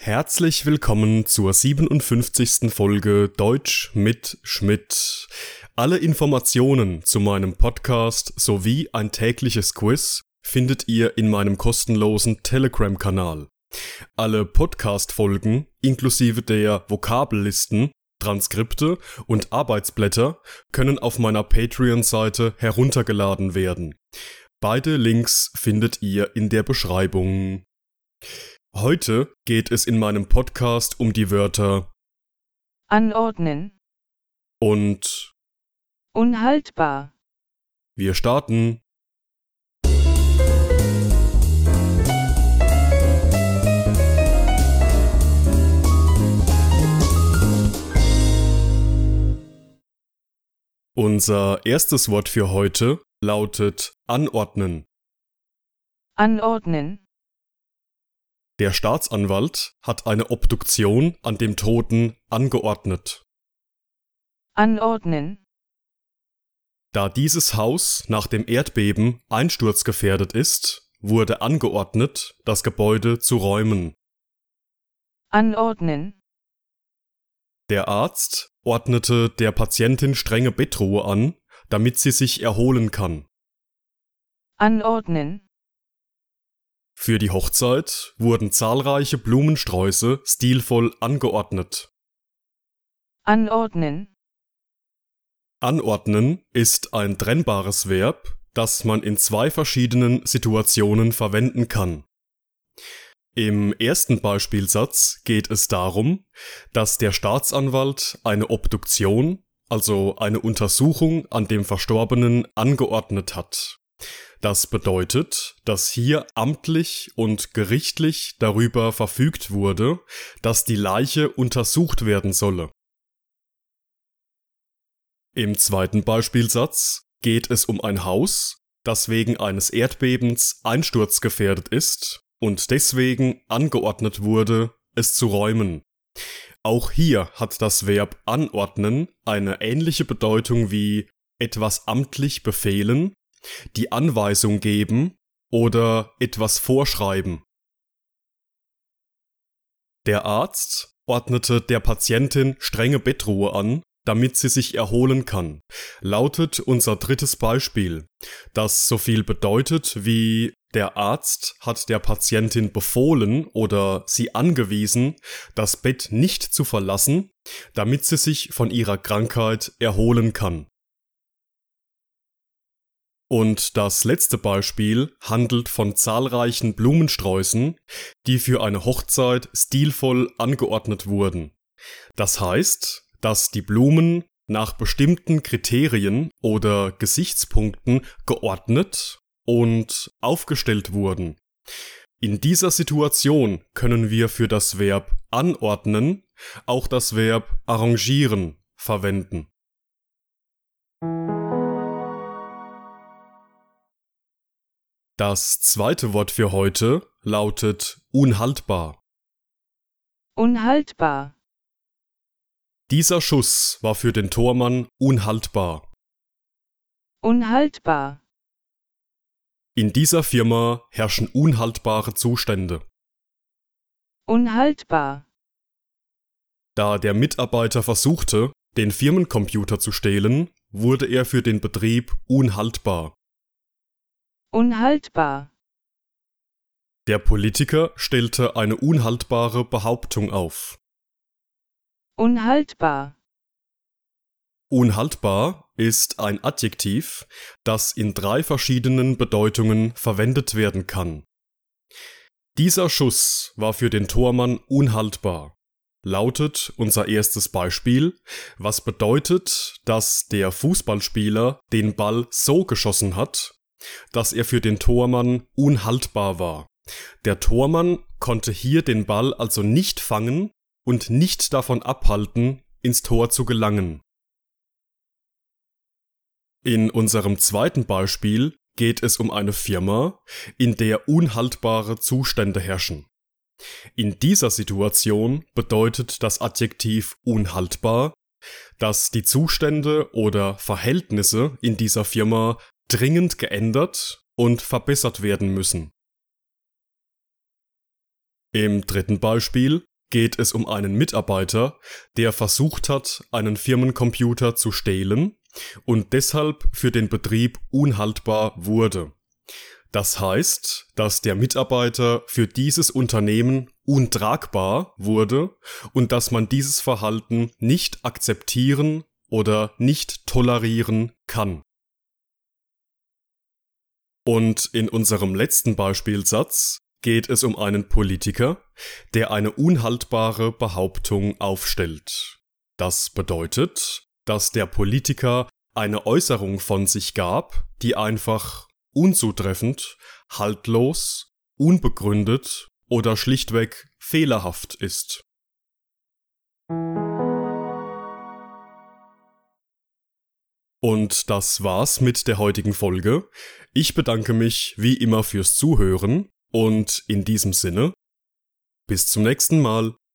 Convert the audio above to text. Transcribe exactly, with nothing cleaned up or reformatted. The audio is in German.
Herzlich willkommen zur siebenundfünfzigsten Folge Deutsch mit Schmidt. Alle Informationen zu meinem Podcast sowie ein tägliches Quiz findet ihr in meinem kostenlosen Telegram-Kanal. Alle Podcast-Folgen inklusive der Vokabellisten, Transkripte und Arbeitsblätter können auf meiner Patreon-Seite heruntergeladen werden. Beide Links findet ihr in der Beschreibung. Heute geht es in meinem Podcast um die Wörter anordnen und unhaltbar. Wir starten. Unser erstes Wort für heute lautet anordnen. Anordnen. Der Staatsanwalt hat eine Obduktion an dem Toten angeordnet. Anordnen. Da dieses Haus nach dem Erdbeben einsturzgefährdet ist, wurde angeordnet, das Gebäude zu räumen. Anordnen. Der Arzt ordnete der Patientin strenge Bettruhe an, damit sie sich erholen kann. Anordnen. Für die Hochzeit wurden zahlreiche Blumensträuße stilvoll angeordnet. Anordnen. Anordnen ist ein trennbares Verb, das man in zwei verschiedenen Situationen verwenden kann. Im ersten Beispielsatz geht es darum, dass der Staatsanwalt eine Obduktion, also eine Untersuchung an dem Verstorbenen, angeordnet hat. Das bedeutet, dass hier amtlich und gerichtlich darüber verfügt wurde, dass die Leiche untersucht werden solle. Im zweiten Beispielsatz geht es um ein Haus, das wegen eines Erdbebens einsturzgefährdet ist und deswegen angeordnet wurde, es zu räumen. Auch hier hat das Verb anordnen eine ähnliche Bedeutung wie etwas amtlich befehlen, die Anweisung geben oder etwas vorschreiben. Der Arzt ordnete der Patientin strenge Bettruhe an, damit sie sich erholen kann, lautet unser drittes Beispiel, das so viel bedeutet wie der Arzt hat der Patientin befohlen oder sie angewiesen, das Bett nicht zu verlassen, damit sie sich von ihrer Krankheit erholen kann. Und das letzte Beispiel handelt von zahlreichen Blumensträußen, die für eine Hochzeit stilvoll angeordnet wurden. Das heißt, dass die Blumen nach bestimmten Kriterien oder Gesichtspunkten geordnet und aufgestellt wurden. In dieser Situation können wir für das Verb anordnen auch das Verb arrangieren verwenden. Das zweite Wort für heute lautet unhaltbar. Unhaltbar. Dieser Schuss war für den Tormann unhaltbar. Unhaltbar. In dieser Firma herrschen unhaltbare Zustände. Unhaltbar. Da der Mitarbeiter versuchte, den Firmencomputer zu stehlen, wurde er für den Betrieb unhaltbar. Unhaltbar. Der Politiker stellte eine unhaltbare Behauptung auf. Unhaltbar. Unhaltbar ist ein Adjektiv, das in drei verschiedenen Bedeutungen verwendet werden kann. Dieser Schuss war für den Tormann unhaltbar, lautet unser erstes Beispiel, was bedeutet, dass der Fußballspieler den Ball so geschossen hat, dass er für den Tormann unhaltbar war. Der Tormann konnte hier den Ball also nicht fangen und nicht davon abhalten, ins Tor zu gelangen. In unserem zweiten Beispiel geht es um eine Firma, in der unhaltbare Zustände herrschen. In dieser Situation bedeutet das Adjektiv unhaltbar, dass die Zustände oder Verhältnisse in dieser Firma dringend geändert und verbessert werden müssen. Im dritten Beispiel geht es um einen Mitarbeiter, der versucht hat, einen Firmencomputer zu stehlen und deshalb für den Betrieb unhaltbar wurde. Das heißt, dass der Mitarbeiter für dieses Unternehmen untragbar wurde und dass man dieses Verhalten nicht akzeptieren oder nicht tolerieren kann. Und in unserem letzten Beispielsatz geht es um einen Politiker, der eine unhaltbare Behauptung aufstellt. Das bedeutet, dass der Politiker eine Äußerung von sich gab, die einfach unzutreffend, haltlos, unbegründet oder schlichtweg fehlerhaft ist. Und das war's mit der heutigen Folge. Ich bedanke mich wie immer fürs Zuhören und in diesem Sinne, bis zum nächsten Mal.